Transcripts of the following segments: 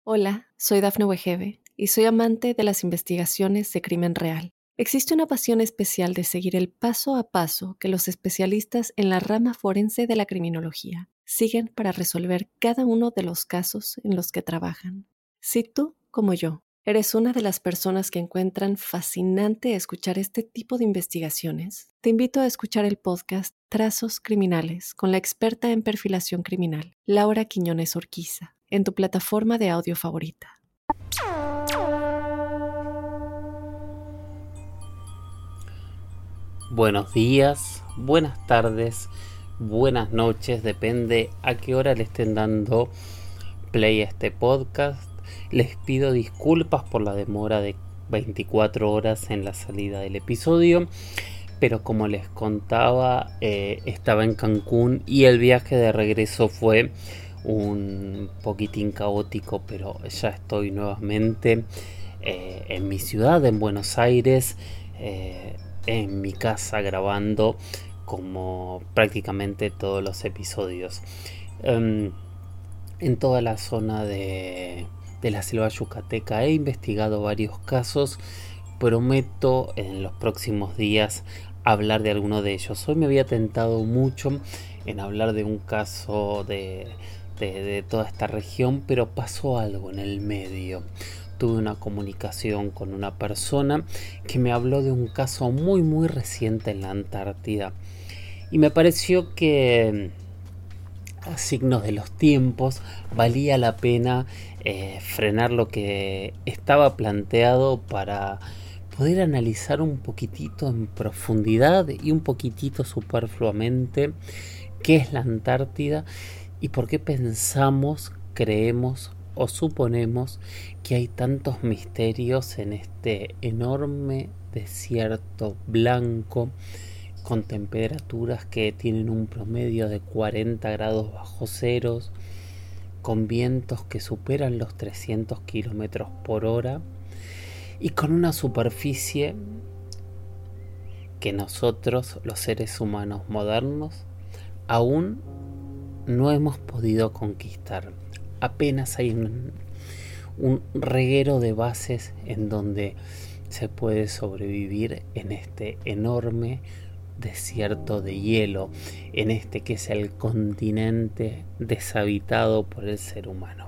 Hola, soy Dafne Wegebe y soy amante de las investigaciones de crimen real. Existe una pasión especial de seguir el paso a paso que los especialistas en la rama forense de la criminología siguen para resolver cada uno de los casos en los que trabajan. Si tú, como yo, eres una de las personas que encuentran fascinante escuchar este tipo de investigaciones, te invito a escuchar el podcast Trazos Criminales con la experta en perfilación criminal, Laura Quiñones Orquiza, en tu plataforma de audio favorita. Buenos días, buenas tardes, buenas noches, depende a qué hora le estén dando play a este podcast. Les pido disculpas por la demora de 24 horas en la salida del episodio, pero como les contaba, estaba en Cancún y el viaje de regreso fue un poquitín caótico, pero ya estoy nuevamente en mi ciudad, en Buenos Aires, en mi casa grabando como prácticamente todos los episodios. En toda la zona de la selva yucateca he investigado varios casos. Prometo en los próximos días hablar de alguno de ellos. Hoy me había tentado mucho en hablar de un caso de toda esta región, pero pasó algo en el medio. Tuve una comunicación con una persona que me habló de un caso muy reciente en la Antártida y me pareció que a signos de los tiempos valía la pena frenar lo que estaba planteado para poder analizar un poquitito en profundidad y un poquitito superfluamente qué es la Antártida y por qué pensamos, creemos o suponemos que hay tantos misterios en este enorme desierto blanco con temperaturas que tienen un promedio de 40 grados bajo ceros, con vientos que superan los 300 kilómetros por hora y con una superficie que nosotros, los seres humanos modernos, aún no hemos podido conquistar. Apenas hay un reguero de bases en donde se puede sobrevivir en este enorme desierto de hielo, en este que es el continente deshabitado por el ser humano.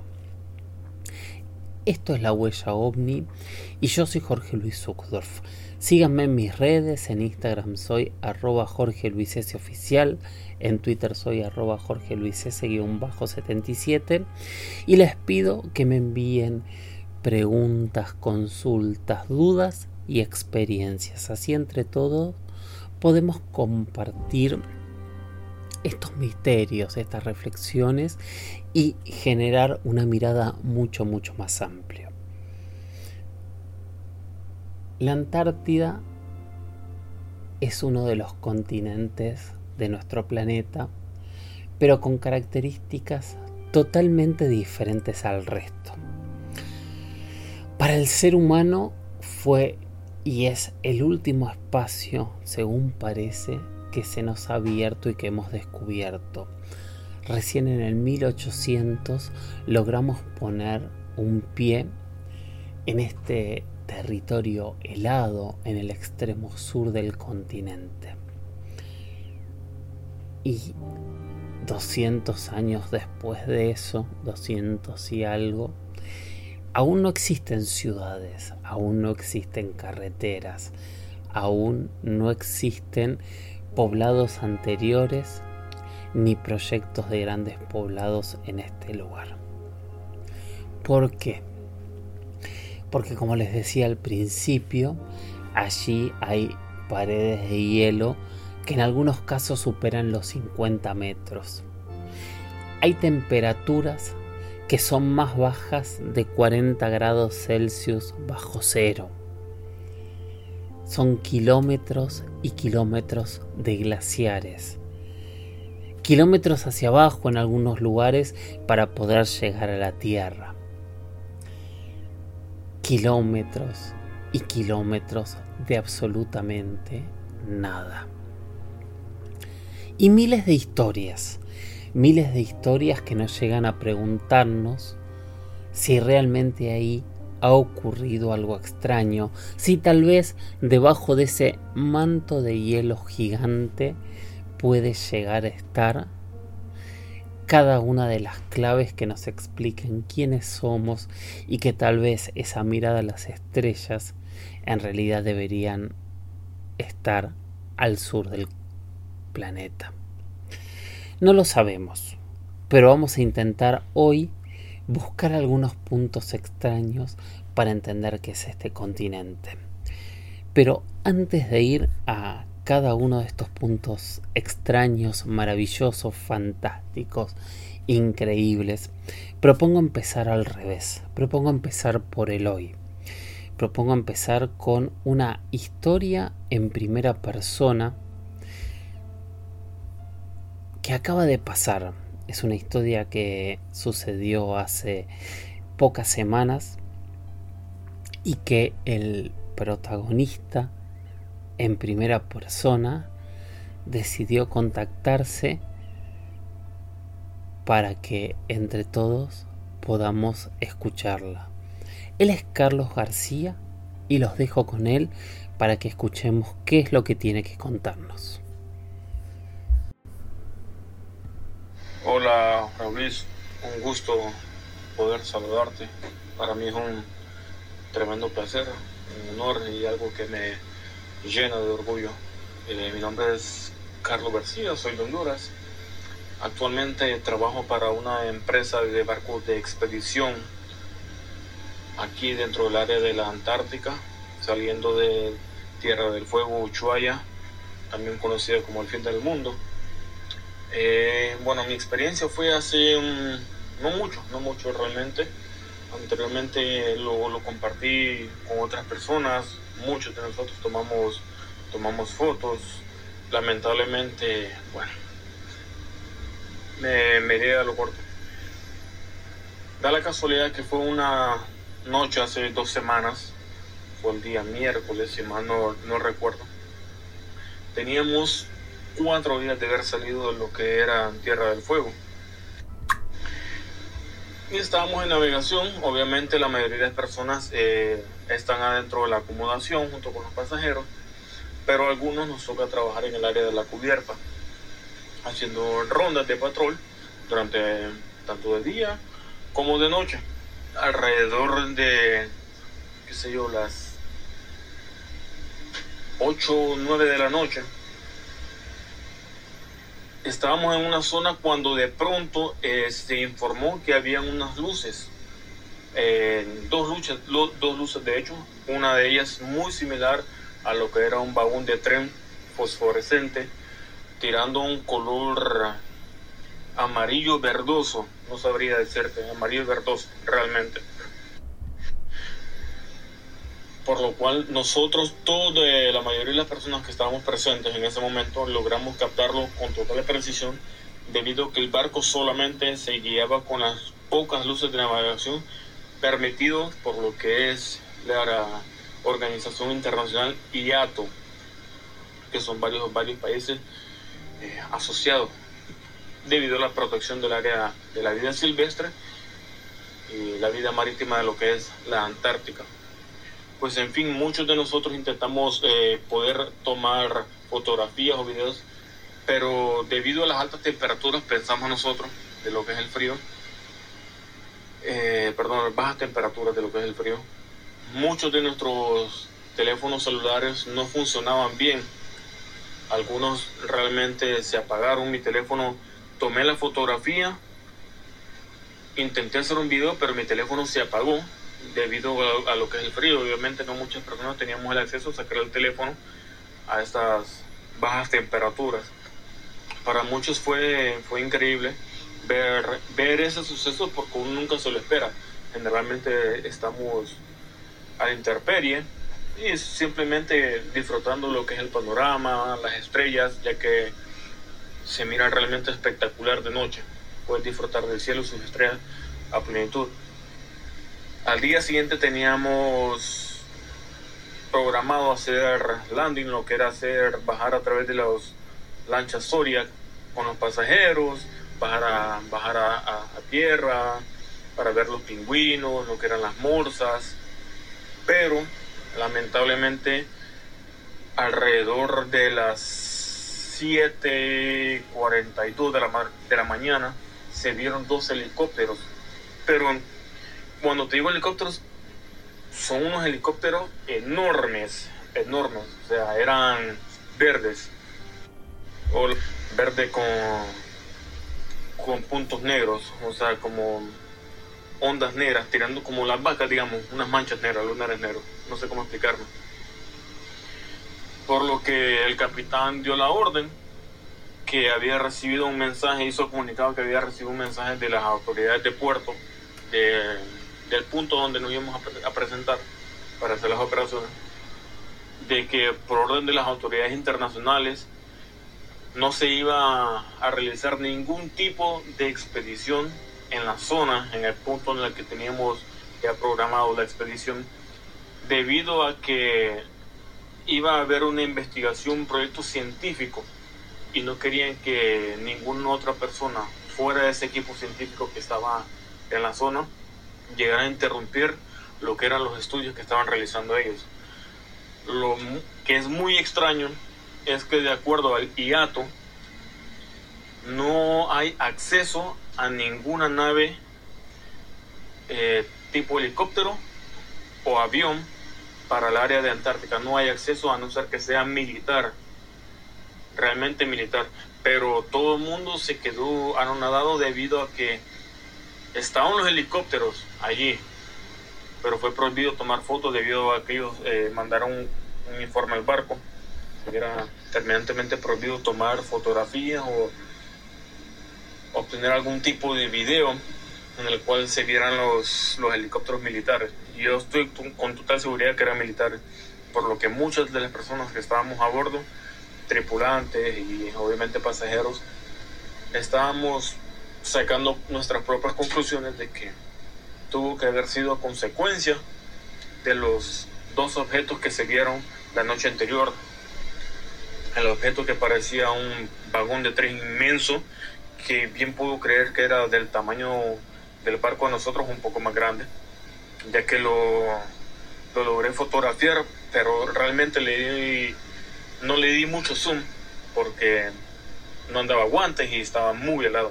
Esto es La Huella OVNI y yo soy Jorge Luis Zuckdorf. Síganme en mis redes, en Instagram soy @JorgeLuisSoficial, en Twitter soy @JorgeLuisS_77 y les pido que me envíen preguntas, consultas, dudas y experiencias. Así entre todos podemos compartir estos misterios, estas reflexiones y generar una mirada mucho más amplia. La Antártida es uno de los continentes de nuestro planeta, pero con características totalmente diferentes al resto. Para el ser humano fue y es el último espacio, según parece, que se nos ha abierto y que hemos descubierto. Recién en el 1800 logramos poner un pie en este territorio helado en el extremo sur del continente. Y 200 años después de eso, 200 y algo, aún no existen ciudades, aún no existen carreteras, aún no existen poblados anteriores ni proyectos de grandes poblados en este lugar. ¿Por qué? Porque como les decía al principio, allí hay paredes de hielo que en algunos casos superan los 50 metros. Hay temperaturas que son más bajas de 40 grados Celsius bajo cero. Son kilómetros y kilómetros de glaciares. Kilómetros hacia abajo en algunos lugares para poder llegar a la Tierra. Kilómetros y kilómetros de absolutamente nada. Y miles de historias que nos llegan a preguntarnos si realmente ahí ha ocurrido algo extraño, si tal vez debajo de ese manto de hielo gigante puede llegar a estar cada una de las claves que nos expliquen quiénes somos y que tal vez esa mirada a las estrellas en realidad deberían estar al sur del planeta. No lo sabemos, pero vamos a intentar hoy buscar algunos puntos extraños para entender qué es este continente. Pero antes de ir a cada uno de estos puntos extraños, maravillosos, fantásticos, increíbles, propongo empezar al revés. Propongo empezar por el hoy. Propongo empezar con una historia en primera persona que acaba de pasar. Es una historia que sucedió hace pocas semanas y que el protagonista en primera persona decidió contactarse para que entre todos podamos escucharla. Él es Carlos García y los dejo con él para que escuchemos qué es lo que tiene que contarnos. Hola, Luis, un gusto poder saludarte. Para mí es un tremendo placer, un honor y algo que me llena de orgullo. Mi nombre es Carlos García, soy de Honduras. Actualmente trabajo para una empresa de barcos de expedición aquí dentro del área de la Antártica, saliendo de Tierra del Fuego, Ushuaia, también conocida como el fin del mundo. Bueno, mi experiencia fue hace no mucho realmente. Anteriormente lo compartí con otras personas, muchos de nosotros tomamos fotos. Lamentablemente, bueno, me iré a lo corto. Da la casualidad que fue una noche hace 2 semanas, fue el día miércoles, si mal no recuerdo. Teníamos 4 días de haber salido de lo que era Tierra del Fuego. Y estábamos en navegación. Obviamente la mayoría de las personas están adentro de la acomodación junto con los pasajeros, pero a algunos nos toca trabajar en el área de la cubierta, haciendo rondas de patrol durante tanto de día como de noche. Alrededor de, las 8 o 9 de la noche, estábamos en una zona cuando de pronto se informó que habían unas luces, dos luces de hecho, una de ellas muy similar a lo que era un vagón de tren fosforescente, tirando un color amarillo verdoso, no sabría decirte, amarillo verdoso realmente. Por lo cual nosotros, la mayoría de las personas que estábamos presentes en ese momento, logramos captarlo con total precisión, debido a que el barco solamente se guiaba con las pocas luces de navegación permitidos por lo que es la Organización Internacional IATO, que son varios países asociados, debido a la protección del área de la vida silvestre y la vida marítima de lo que es la Antártica. Pues en fin, muchos de nosotros intentamos poder tomar fotografías o videos, pero debido a las altas temperaturas, pensamos nosotros, de lo que es el frío, bajas temperaturas de lo que es el frío, muchos de nuestros teléfonos celulares no funcionaban bien. Algunos realmente se apagaron. Mi teléfono, tomé la fotografía, intenté hacer un video, pero mi teléfono se apagó debido a lo que es el frío. Obviamente no muchas personas teníamos el acceso a sacar el teléfono a estas bajas temperaturas. Para muchos fue increíble ver ese suceso, porque uno nunca se lo espera. Generalmente estamos a la intemperie y simplemente disfrutando lo que es el panorama, las estrellas, ya que se mira realmente espectacular de noche. Puedes disfrutar del cielo y sus estrellas a plenitud. Al día siguiente teníamos programado hacer landing, lo que era bajar a través de las lanchas Zodiac con los pasajeros, bajar a tierra, para ver los pingüinos, lo que eran las morsas, pero lamentablemente alrededor de las 7:42 de la mañana se vieron 2 helicópteros, pero cuando te digo helicópteros, son unos helicópteros enormes, o sea, eran verdes, o verde con puntos negros, o sea, como ondas negras, tirando como las vacas, digamos, unas manchas negras, lunares negros, no sé cómo explicarlo. Por lo que el capitán dio la orden que había recibido un mensaje, hizo comunicado que había recibido un mensaje de las autoridades de puerto, del punto donde nos íbamos a presentar para hacer las operaciones, de que por orden de las autoridades internacionales no se iba a realizar ningún tipo de expedición en la zona, en el punto en el que teníamos ya programado la expedición, debido a que iba a haber una investigación, un proyecto científico, y no querían que ninguna otra persona fuera de ese equipo científico que estaba en la zona llegara a interrumpir lo que eran los estudios que estaban realizando ellos. Lo que es muy extraño es que, de acuerdo al IATO, no hay acceso a ninguna nave tipo helicóptero o avión para el área de Antártica. No hay acceso, a no ser que sea militar, realmente militar. Pero todo el mundo se quedó anonadado debido a que estaban los helicópteros allí, pero fue prohibido tomar fotos debido a que ellos mandaron un informe al barco. Era terminantemente prohibido tomar fotografías o obtener algún tipo de video en el cual se vieran los helicópteros militares. Y yo estoy con total seguridad que eran militares, por lo que muchas de las personas que estábamos a bordo, tripulantes y obviamente pasajeros, estábamos sacando nuestras propias conclusiones de que tuvo que haber sido a consecuencia de los 2 objetos que se vieron la noche anterior. El objeto que parecía un vagón de tren inmenso, que bien puedo creer que era del tamaño del barco de nosotros, un poco más grande, ya que lo logré fotografiar, pero realmente no le di mucho zoom porque no andaba guantes y estaba muy helado.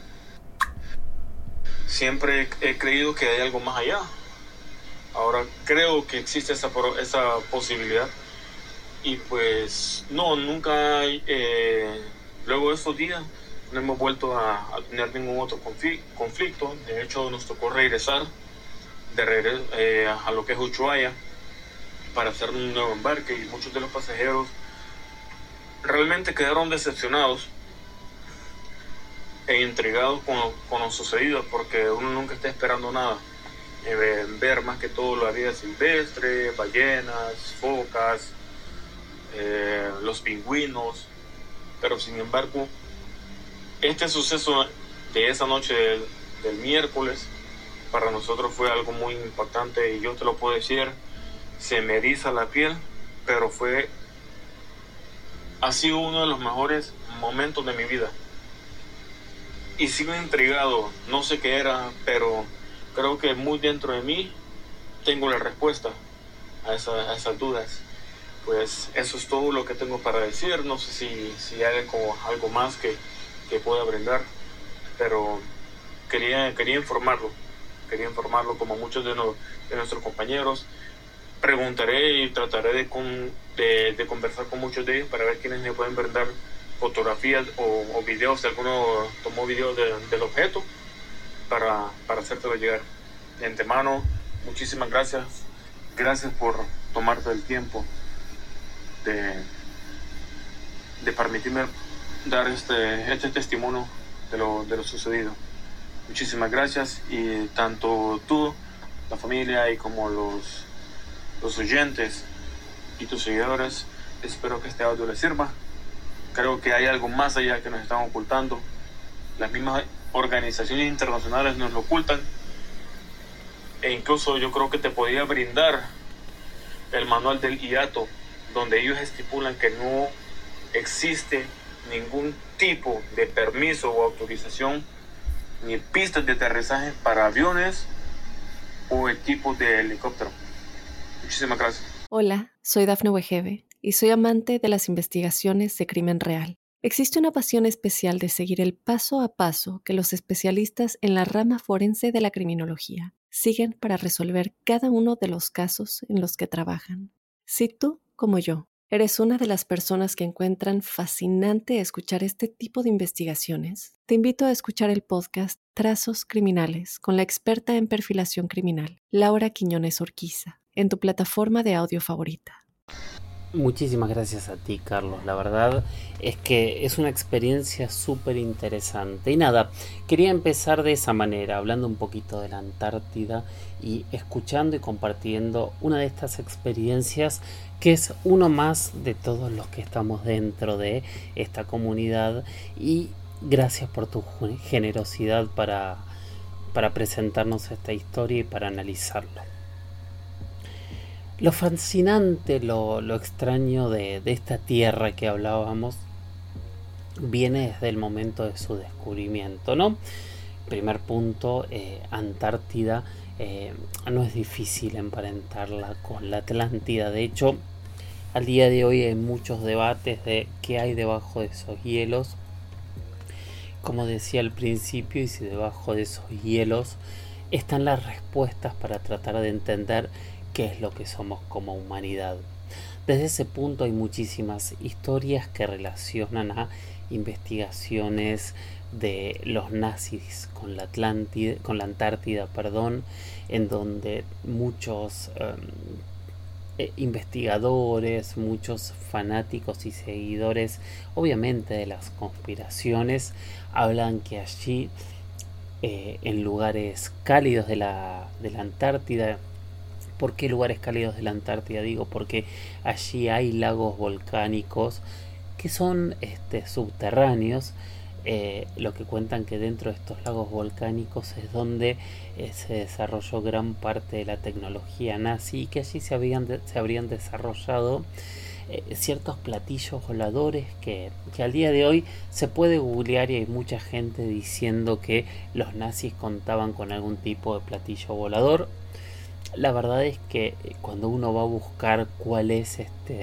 Siempre he creído que hay algo más allá. Ahora creo que existe esa posibilidad. Y pues nunca, luego de estos días, no hemos vuelto a tener ningún otro conflicto. De hecho, nos tocó regresar a lo que es Ushuaia para hacer un nuevo embarque, y muchos de los pasajeros realmente quedaron decepcionados e intrigados con lo sucedido, porque uno nunca está esperando nada. Ver más que todo la vida silvestre, ballenas, focas, los pingüinos, pero sin embargo este suceso de esa noche del miércoles para nosotros fue algo muy impactante, y yo te lo puedo decir, se me eriza la piel, pero ha sido uno de los mejores momentos de mi vida, y sigo intrigado. No sé qué era, pero creo que muy dentro de mí tengo la respuesta a esas dudas. Pues eso es todo lo que tengo para decir. No sé si hay algo más que pueda brindar, pero quería informarlo como muchos de nuestros compañeros. Preguntaré y trataré de conversar con muchos de ellos para ver quiénes me pueden brindar fotografías o videos, si alguno tomó videos del objeto, para hacértelo llegar. De antemano, muchísimas gracias por tomarte el tiempo de permitirme dar este testimonio de lo sucedido. Muchísimas gracias, y tanto tú, la familia, y como los oyentes y tus seguidores, espero que este audio les sirva. Creo que hay algo más allá que nos están ocultando. Las mismas organizaciones internacionales nos lo ocultan, e incluso yo creo que te podía brindar el manual del IATO, donde ellos estipulan que no existe ningún tipo de permiso o autorización ni pistas de aterrizaje para aviones o equipos de helicóptero. Muchísimas gracias. Hola, soy Dafne Wegebe y soy amante de las investigaciones de crimen real. Existe una pasión especial de seguir el paso a paso que los especialistas en la rama forense de la criminología siguen para resolver cada uno de los casos en los que trabajan. Si tú, como yo, eres una de las personas que encuentran fascinante escuchar este tipo de investigaciones, te invito a escuchar el podcast Trazos Criminales con la experta en perfilación criminal, Laura Quiñones Orquiza, en tu plataforma de audio favorita. Muchísimas gracias a ti, Carlos. La verdad es que es una experiencia súper interesante. Y nada, quería empezar de esa manera, hablando un poquito de la Antártida y escuchando y compartiendo una de estas experiencias que es uno más de todos los que estamos dentro de esta comunidad. Y gracias por tu generosidad para presentarnos esta historia y para analizarlo. Lo fascinante, lo extraño de esta tierra que hablábamos viene desde el momento de su descubrimiento, ¿no? Primer punto, Antártida no es difícil emparentarla con la Atlántida. De hecho, al día de hoy hay muchos debates de qué hay debajo de esos hielos. Como decía al principio, y si debajo de esos hielos están las respuestas para tratar de entender qué es lo que somos como humanidad. Desde ese punto hay muchísimas historias que relacionan a investigaciones de los nazis con la Antártida, en donde muchos investigadores, muchos fanáticos y seguidores, obviamente de las conspiraciones, hablan que allí, en lugares cálidos de la Antártida. ¿Por qué lugares cálidos de la Antártida? Digo, porque allí hay lagos volcánicos que son subterráneos. Lo que cuentan que dentro de estos lagos volcánicos es donde se desarrolló gran parte de la tecnología nazi, y que allí se habrían desarrollado ciertos platillos voladores que al día de hoy se puede googlear, y hay mucha gente diciendo que los nazis contaban con algún tipo de platillo volador. La verdad es que cuando uno va a buscar cuál es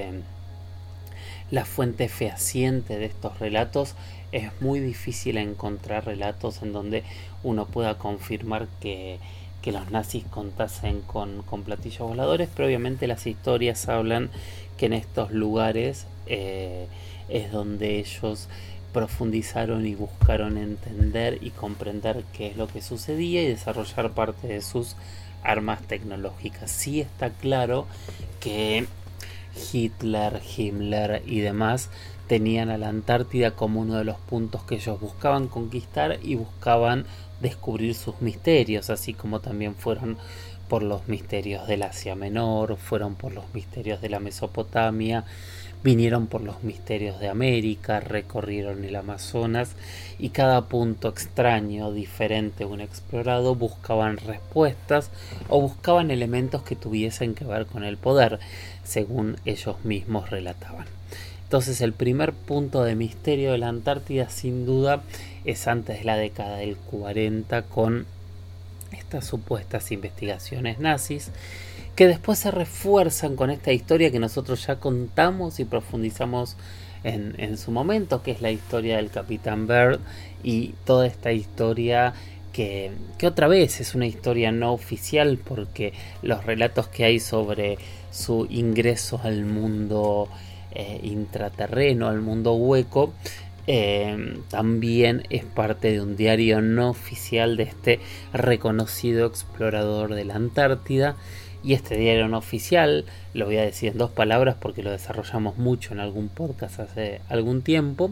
la fuente fehaciente de estos relatos, es muy difícil encontrar relatos en donde uno pueda confirmar que los nazis contasen con platillos voladores, pero obviamente las historias hablan que en estos lugares es donde ellos profundizaron y buscaron entender y comprender qué es lo que sucedía y desarrollar parte de sus armas tecnológicas. Sí está claro que Hitler, Himmler y demás tenían a la Antártida como uno de los puntos que ellos buscaban conquistar y buscaban descubrir sus misterios, así como también fueron por los misterios del Asia Menor, fueron por los misterios de la Mesopotamia, vinieron por los misterios de América, recorrieron el Amazonas, y cada punto extraño, diferente o inexplorado, buscaban respuestas o buscaban elementos que tuviesen que ver con el poder, según ellos mismos relataban. Entonces el primer punto de misterio de la Antártida sin duda es antes de la década del 40, con estas supuestas investigaciones nazis, que después se refuerzan con esta historia que nosotros ya contamos y profundizamos en su momento, que es la historia del Capitán Byrd, y toda esta historia que otra vez es una historia no oficial, porque los relatos que hay sobre su ingreso al mundo intraterreno, al mundo hueco, también es parte de un diario no oficial de este reconocido explorador de la Antártida. Y este diario no oficial, lo voy a decir en 2 palabras porque lo desarrollamos mucho en algún podcast hace algún tiempo,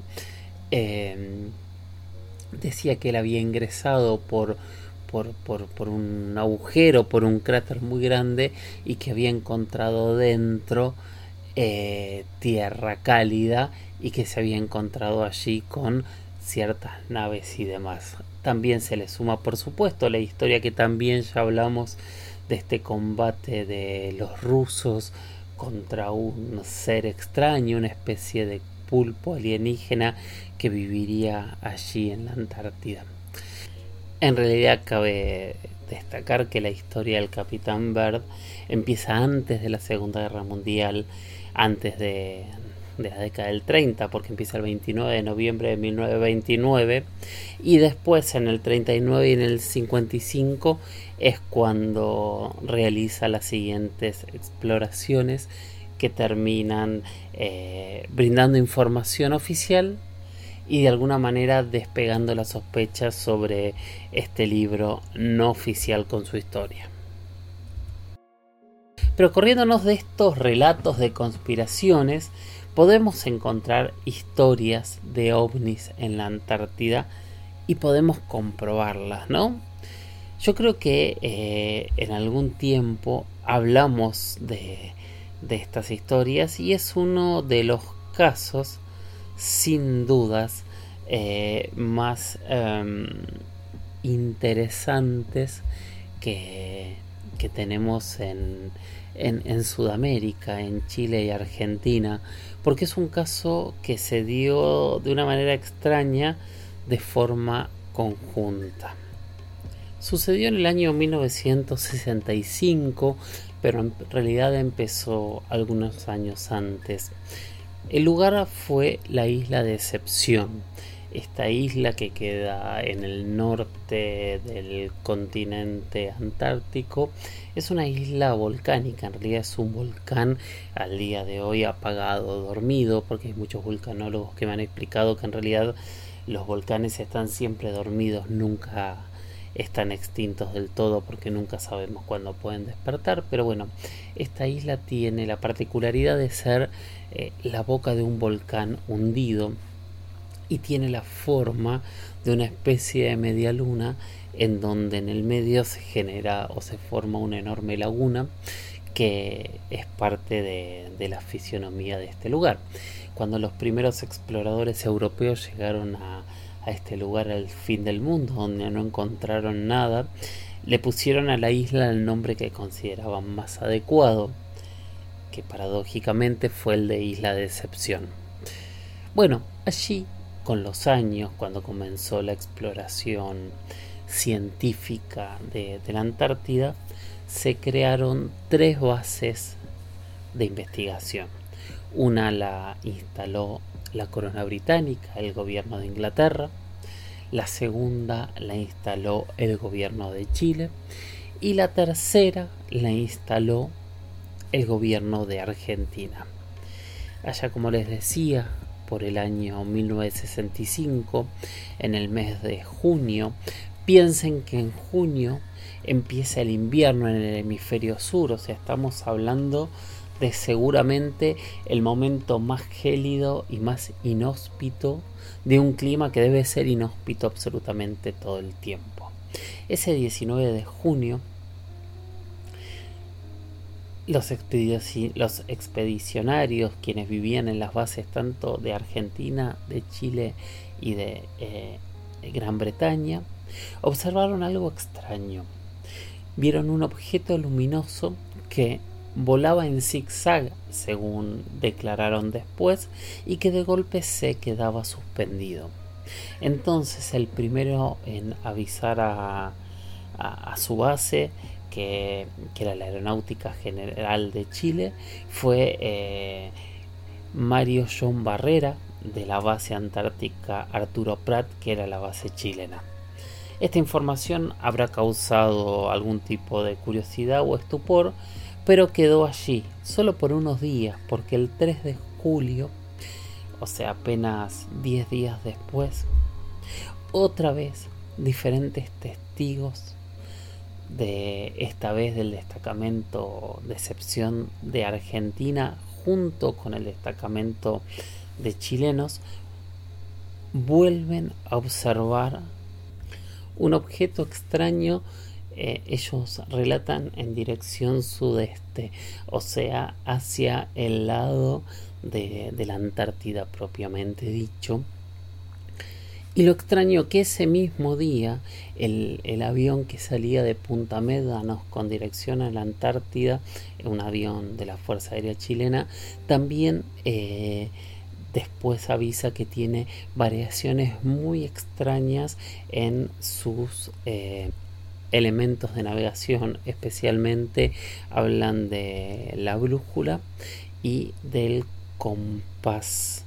decía que él había ingresado por un agujero, por un cráter muy grande, y que había encontrado dentro tierra cálida, y que se había encontrado allí con ciertas naves y demás. También se le suma, por supuesto, la historia que también ya hablamos de este combate de los rusos contra un ser extraño, una especie de pulpo alienígena que viviría allí en la Antártida. En realidad cabe destacar que la historia del Capitán Byrd empieza antes de la Segunda Guerra Mundial, antes de la década del 30, porque empieza el 29 de noviembre de 1929 y después en el 39 y en el 55 es cuando realiza las siguientes exploraciones que terminan brindando información oficial y de alguna manera despegando las sospechas sobre este libro no oficial con su historia. Pero corriéndonos de estos relatos de conspiraciones, podemos encontrar historias de ovnis en la Antártida y podemos comprobarlas, ¿no? Yo creo que en algún tiempo hablamos de estas historias y es uno de los casos sin dudas más interesantes que tenemos en Sudamérica, en Chile y Argentina, porque es un caso que se dio de una manera extraña de forma conjunta. Sucedió en el año 1965, pero en realidad empezó algunos años antes. El lugar fue la isla de Decepción, esta isla que queda en el norte del continente antártico. Es una isla volcánica, en realidad es un volcán al día de hoy apagado, dormido, porque hay muchos vulcanólogos que me han explicado que en realidad los volcanes están siempre dormidos, nunca están extintos del todo porque nunca sabemos cuándo pueden despertar. Pero bueno, esta isla tiene la particularidad de ser la boca de un volcán hundido y tiene la forma de una especie de media luna en donde en el medio se genera o se forma una enorme laguna que es parte de la fisionomía de este lugar. Cuando los primeros exploradores europeos llegaron a este lugar al fin del mundo, donde no encontraron nada, le pusieron a la isla el nombre que consideraban más adecuado, que paradójicamente fue el de Isla de Decepción. Bueno, allí, con los años, cuando comenzó la exploración científica de la Antártida, se crearon 3 bases de investigación. Una la instaló la corona británica, el gobierno de Inglaterra. La segunda la instaló el gobierno de Chile. Y la tercera la instaló el gobierno de Argentina. Allá, como les decía, por el año 1965, en el mes de junio, piensen que en junio empieza el invierno en el hemisferio sur, o sea, estamos hablando de seguramente el momento más gélido y más inhóspito de un clima que debe ser inhóspito absolutamente todo el tiempo. Ese 19 de junio, los expedicionarios, quienes vivían en las bases tanto de Argentina, de Chile y de Gran Bretaña, observaron algo extraño. Vieron un objeto luminoso que volaba en zigzag, según declararon después, y que de golpe se quedaba suspendido. Entonces el primero en avisar a su base, que era la Aeronáutica General de Chile, fue Mario John Barrera, de la base antártica Arturo Prat, que era la base chilena. Esta información habrá causado algún tipo de curiosidad o estupor, pero quedó allí solo por unos días, porque el 3 de julio, o sea, apenas 10 días después, otra vez diferentes testigos, de esta vez del destacamento de Decepción de Argentina, junto con el destacamento de chilenos, vuelven a observar un objeto extraño. Ellos relatan en dirección sudeste, o sea, hacia el lado de la Antártida propiamente dicho. Y lo extraño que ese mismo día el avión que salía de Punta Médanos con dirección a la Antártida, un avión de la Fuerza Aérea Chilena, también después avisa que tiene variaciones muy extrañas en sus elementos de navegación, especialmente hablan de la brújula y del compás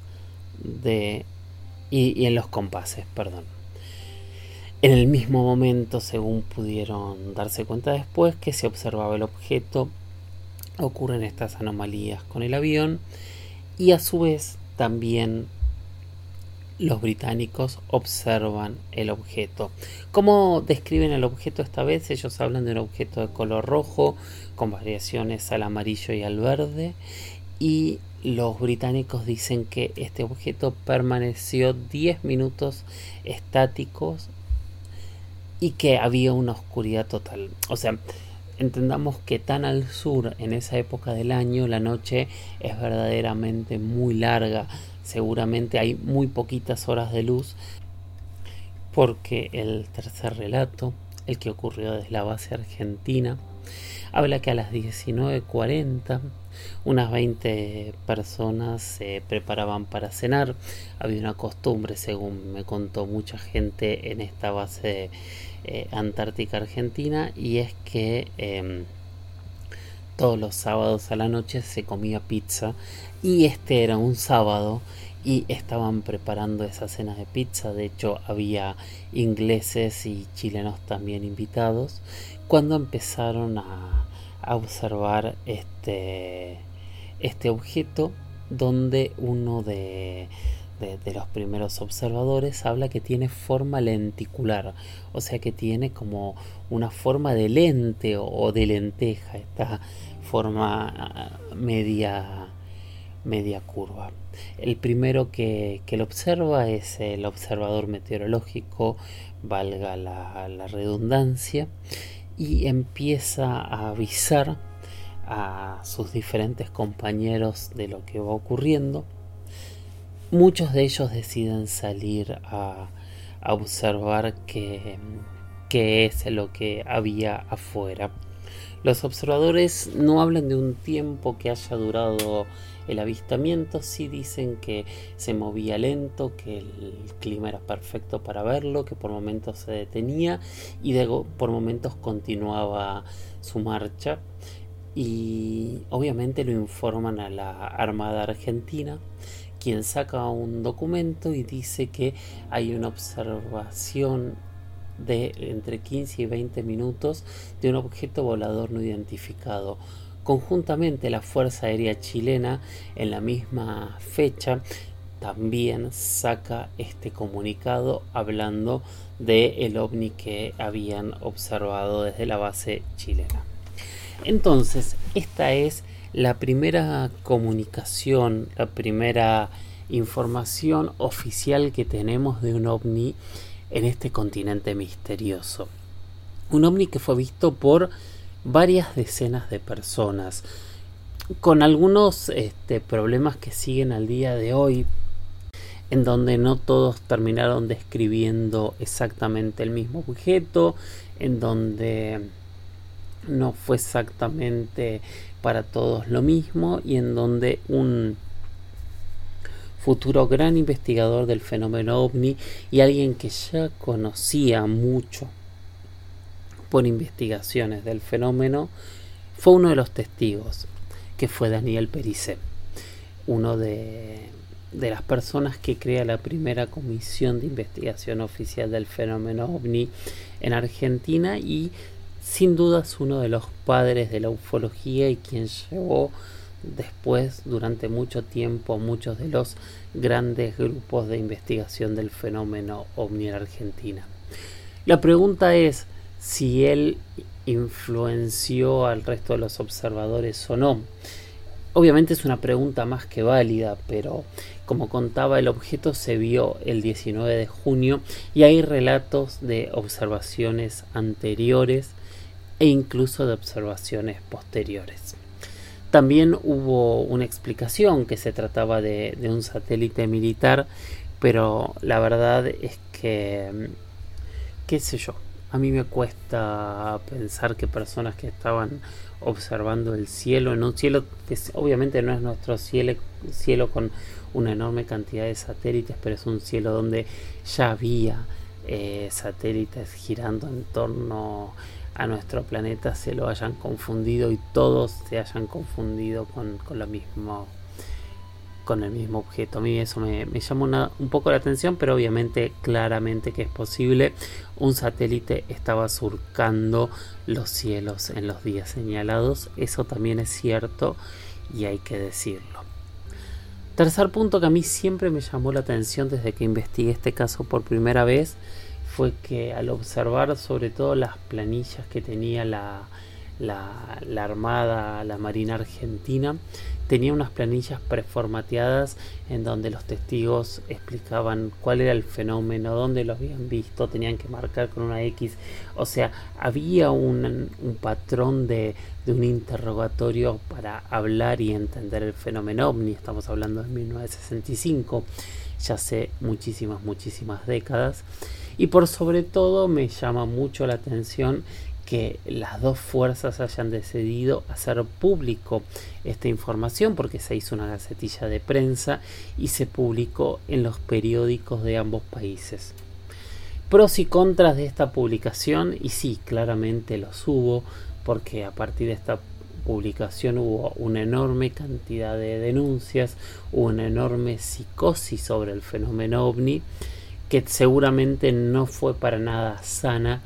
y en los compases, perdón. En el mismo momento, según pudieron darse cuenta después, que se observaba el objeto, ocurren estas anomalías con el avión y a su vez también los británicos observan el objeto. ¿Cómo describen el objeto esta vez? Ellos hablan de un objeto de color rojo con variaciones al amarillo y al verde, y los británicos dicen que este objeto permaneció 10 minutos estáticos y que había una oscuridad total. O sea, entendamos que tan al sur en esa época del año la noche es verdaderamente muy larga. Seguramente hay muy poquitas horas de luz, porque el tercer relato, el que ocurrió desde la base argentina, habla que a las 19:40 unas 20 personas se preparaban para cenar. Había una costumbre, según me contó mucha gente en esta base antártica argentina, y es que todos los sábados a la noche se comía pizza, y este era un sábado y estaban preparando esa cena de pizza. De hecho, había ingleses y chilenos también invitados cuando empezaron a observar este objeto, donde uno de los primeros observadores habla que tiene forma lenticular, o sea que tiene como una forma de lente o de lenteja, esta forma media curva. El primero que lo observa es el observador meteorológico, valga la redundancia, y empieza a avisar a sus diferentes compañeros de lo que va ocurriendo. Muchos de ellos deciden salir a observar qué es lo que había afuera. Los observadores no hablan de un tiempo que haya durado el avistamiento, sí dicen que se movía lento, que el clima era perfecto para verlo, que por momentos se detenía y por momentos continuaba su marcha. Y obviamente lo informan a la Armada Argentina, quien saca un documento y dice que hay una observación de entre 15 y 20 minutos de un objeto volador no identificado. Conjuntamente, la Fuerza Aérea Chilena, en la misma fecha, también saca este comunicado hablando del ovni que habían observado desde la base chilena. Entonces, esta es la primera comunicación, la primera información oficial que tenemos de un ovni en este continente misterioso. Un ovni que fue visto por varias decenas de personas, con algunos problemas que siguen al día de hoy, en donde no todos terminaron describiendo exactamente el mismo objeto, en donde no fue exactamente para todos lo mismo, y en donde un futuro gran investigador del fenómeno ovni y alguien que ya conocía mucho por investigaciones del fenómeno fue uno de los testigos, que fue Daniel Pericé, uno de las personas que crea la primera comisión de investigación oficial del fenómeno ovni en Argentina, y sin dudas uno de los padres de la ufología y quien llevó después durante mucho tiempo muchos de los grandes grupos de investigación del fenómeno ovni en Argentina. La pregunta es si él influenció al resto de los observadores o no. Obviamente es una pregunta más que válida, pero como contaba, el objeto se vio el 19 de junio y hay relatos de observaciones anteriores e incluso de observaciones posteriores. También hubo una explicación que se trataba de un satélite militar, pero la verdad es que, qué sé yo, a mí me cuesta pensar que personas que estaban observando el cielo, en un cielo que obviamente no es nuestro cielo con una enorme cantidad de satélites, pero es un cielo donde ya había satélites girando en torno a nuestro planeta, se lo hayan confundido y todos se hayan confundido con el mismo objeto. A mí eso me llama un poco la atención, pero obviamente claramente que es posible. Un satélite estaba surcando los cielos en los días señalados, eso también es cierto y hay que decirlo. Tercer punto que a mí siempre me llamó la atención desde que investigué este caso por primera vez fue que al observar sobre todo las planillas que tenía la Armada, la Marina Argentina, tenía unas planillas preformateadas en donde los testigos explicaban cuál era el fenómeno, dónde lo habían visto, tenían que marcar con una X, o sea, había un patrón de un interrogatorio para hablar y entender el fenómeno OVNI. Estamos hablando de 1965, ya hace muchísimas décadas, y por sobre todo me llama mucho la atención que las dos fuerzas hayan decidido hacer público esta información, porque se hizo una gacetilla de prensa y se publicó en los periódicos de ambos países. Pros y contras de esta publicación, y sí, claramente los hubo, porque a partir de esta publicación hubo una enorme cantidad de denuncias, hubo una enorme psicosis sobre el fenómeno OVNI, que seguramente no fue para nada sana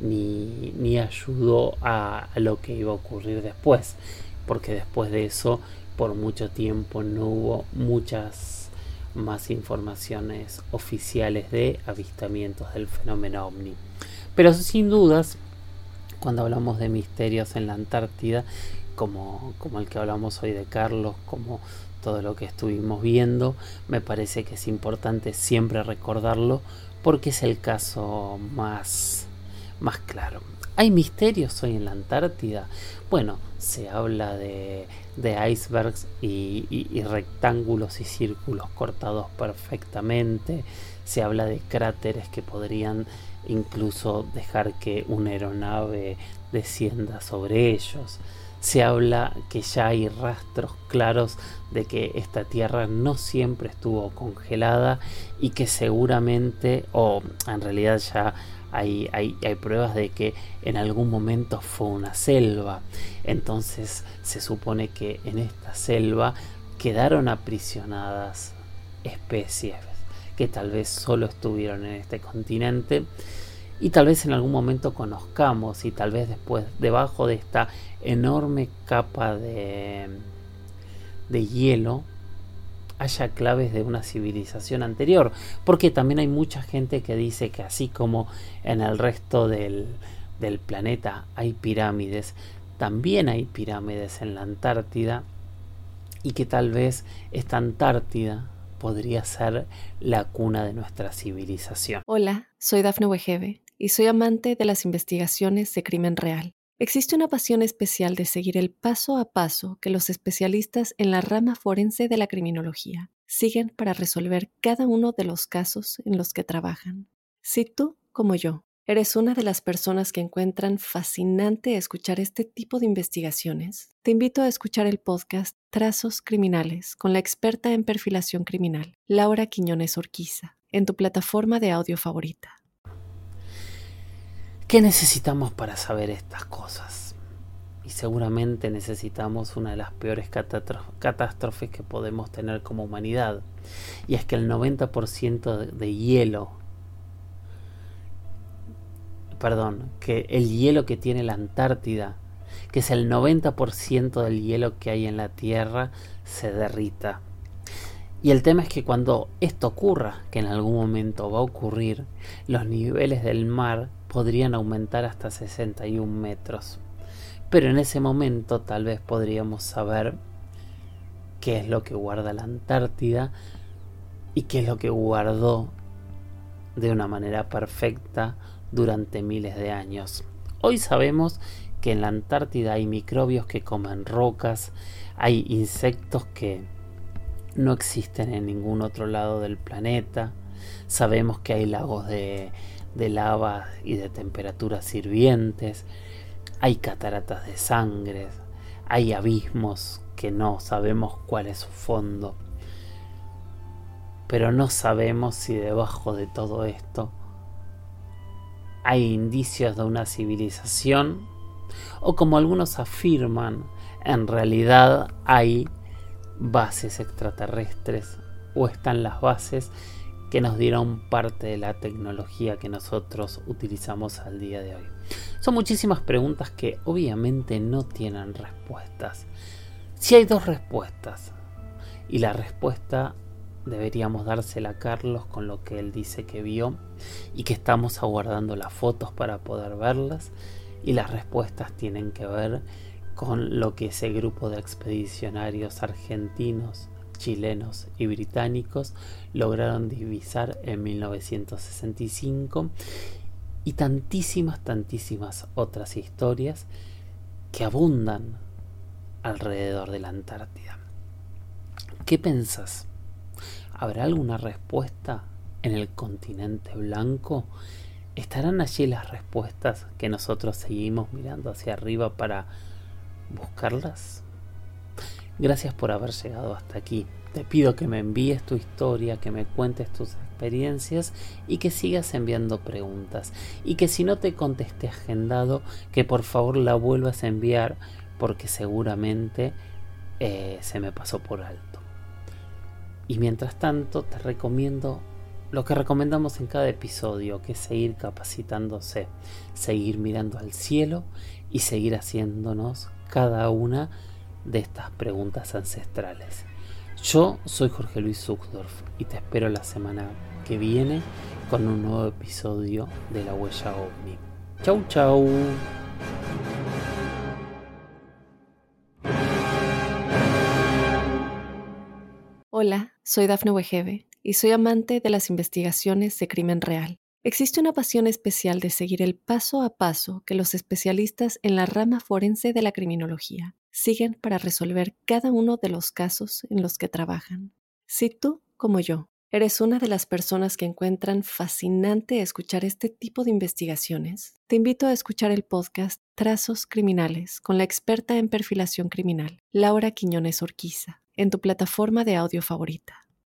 ni ayudó a lo que iba a ocurrir después, porque después de eso por mucho tiempo no hubo muchas más informaciones oficiales de avistamientos del fenómeno OVNI. Pero sin dudas, cuando hablamos de misterios en la Antártida, como el que hablamos hoy de Carlos, como todo lo que estuvimos viendo, me parece que es importante siempre recordarlo porque es el caso más claro. ¿Hay misterios hoy en la Antártida? Bueno, se habla de icebergs y rectángulos y círculos cortados perfectamente. Se habla de cráteres que podrían incluso dejar que una aeronave descienda sobre ellos. Se habla que ya hay rastros claros de que esta tierra no siempre estuvo congelada y que seguramente, o en realidad ya hay pruebas de que en algún momento fue una selva. Entonces se supone que en esta selva quedaron aprisionadas especies que tal vez solo estuvieron en este continente y tal vez en algún momento conozcamos, y tal vez después debajo de esta enorme capa de hielo haya claves de una civilización anterior, porque también hay mucha gente que dice que así como en el resto del planeta hay pirámides, también hay pirámides en la Antártida, y que tal vez esta Antártida podría ser la cuna de nuestra civilización. Hola, soy Dafne Wegebe y soy amante de las investigaciones de crimen real. Existe una pasión especial de seguir el paso a paso que los especialistas en la rama forense de la criminología siguen para resolver cada uno de los casos en los que trabajan. Si tú, como yo, eres una de las personas que encuentran fascinante escuchar este tipo de investigaciones, te invito a escuchar el podcast Trazos Criminales con la experta en perfilación criminal, Laura Quiñones Orquiza, en tu plataforma de audio favorita. ¿Qué necesitamos para saber estas cosas? Y seguramente necesitamos una de las peores catástrofes que podemos tener como humanidad. Y es que el 90% de hielo, que el hielo que tiene la Antártida, que es el 90% del hielo que hay en la Tierra, se derrita. Y el tema es que cuando esto ocurra, que en algún momento va a ocurrir, los niveles del mar podrían aumentar hasta 61 metros. Pero en ese momento tal vez podríamos saber qué es lo que guarda la Antártida y qué es lo que guardó de una manera perfecta durante miles de años. Hoy sabemos que en la Antártida hay microbios que comen rocas, hay insectos que no existen en ningún otro lado del planeta. Sabemos que hay lagos de lava y de temperaturas hirvientes. Hay cataratas de sangre. hay abismos que no sabemos cuál es su fondo, pero no sabemos si debajo de todo esto hay indicios de una civilización o, como algunos afirman, en realidad hay bases extraterrestres o están las bases que nos dieron parte de la tecnología que nosotros utilizamos al día de hoy. Son muchísimas preguntas que obviamente no tienen respuestas. Sí hay dos respuestas, y la respuesta deberíamos dársela a Carlos con lo que él dice que vio y que estamos aguardando las fotos para poder verlas, y las respuestas tienen que ver con lo que ese grupo de expedicionarios argentinos, chilenos y británicos lograron divisar en 1965, y tantísimas otras historias que abundan alrededor de la Antártida. ¿Qué pensás? ¿Habrá alguna respuesta en el continente blanco? ¿Estarán allí las respuestas que nosotros seguimos mirando hacia arriba para buscarlas? Gracias por haber llegado hasta aquí. Te pido que me envíes tu historia, que me cuentes tus experiencias y que sigas enviando preguntas. Y que si no te contesté agendado, que por favor la vuelvas a enviar, porque seguramente se me pasó por alto. Y mientras tanto te recomiendo lo que recomendamos en cada episodio, que es seguir capacitándose, seguir mirando al cielo y seguir haciéndonos cada una de estas preguntas ancestrales. Yo soy Jorge Luis Zuckdorf y te espero la semana que viene con un nuevo episodio de La Huella OVNI. Chau, chau. Hola, soy Dafne Wegebe y soy amante de las investigaciones de crimen real. Existe una pasión especial de seguir el paso a paso que los especialistas en la rama forense de la criminología siguen para resolver cada uno de los casos en los que trabajan. Si tú, como yo, eres una de las personas que encuentran fascinante escuchar este tipo de investigaciones, te invito a escuchar el podcast Trazos Criminales con la experta en perfilación criminal, Laura Quiñones Orquiza, en tu plataforma de audio favorita.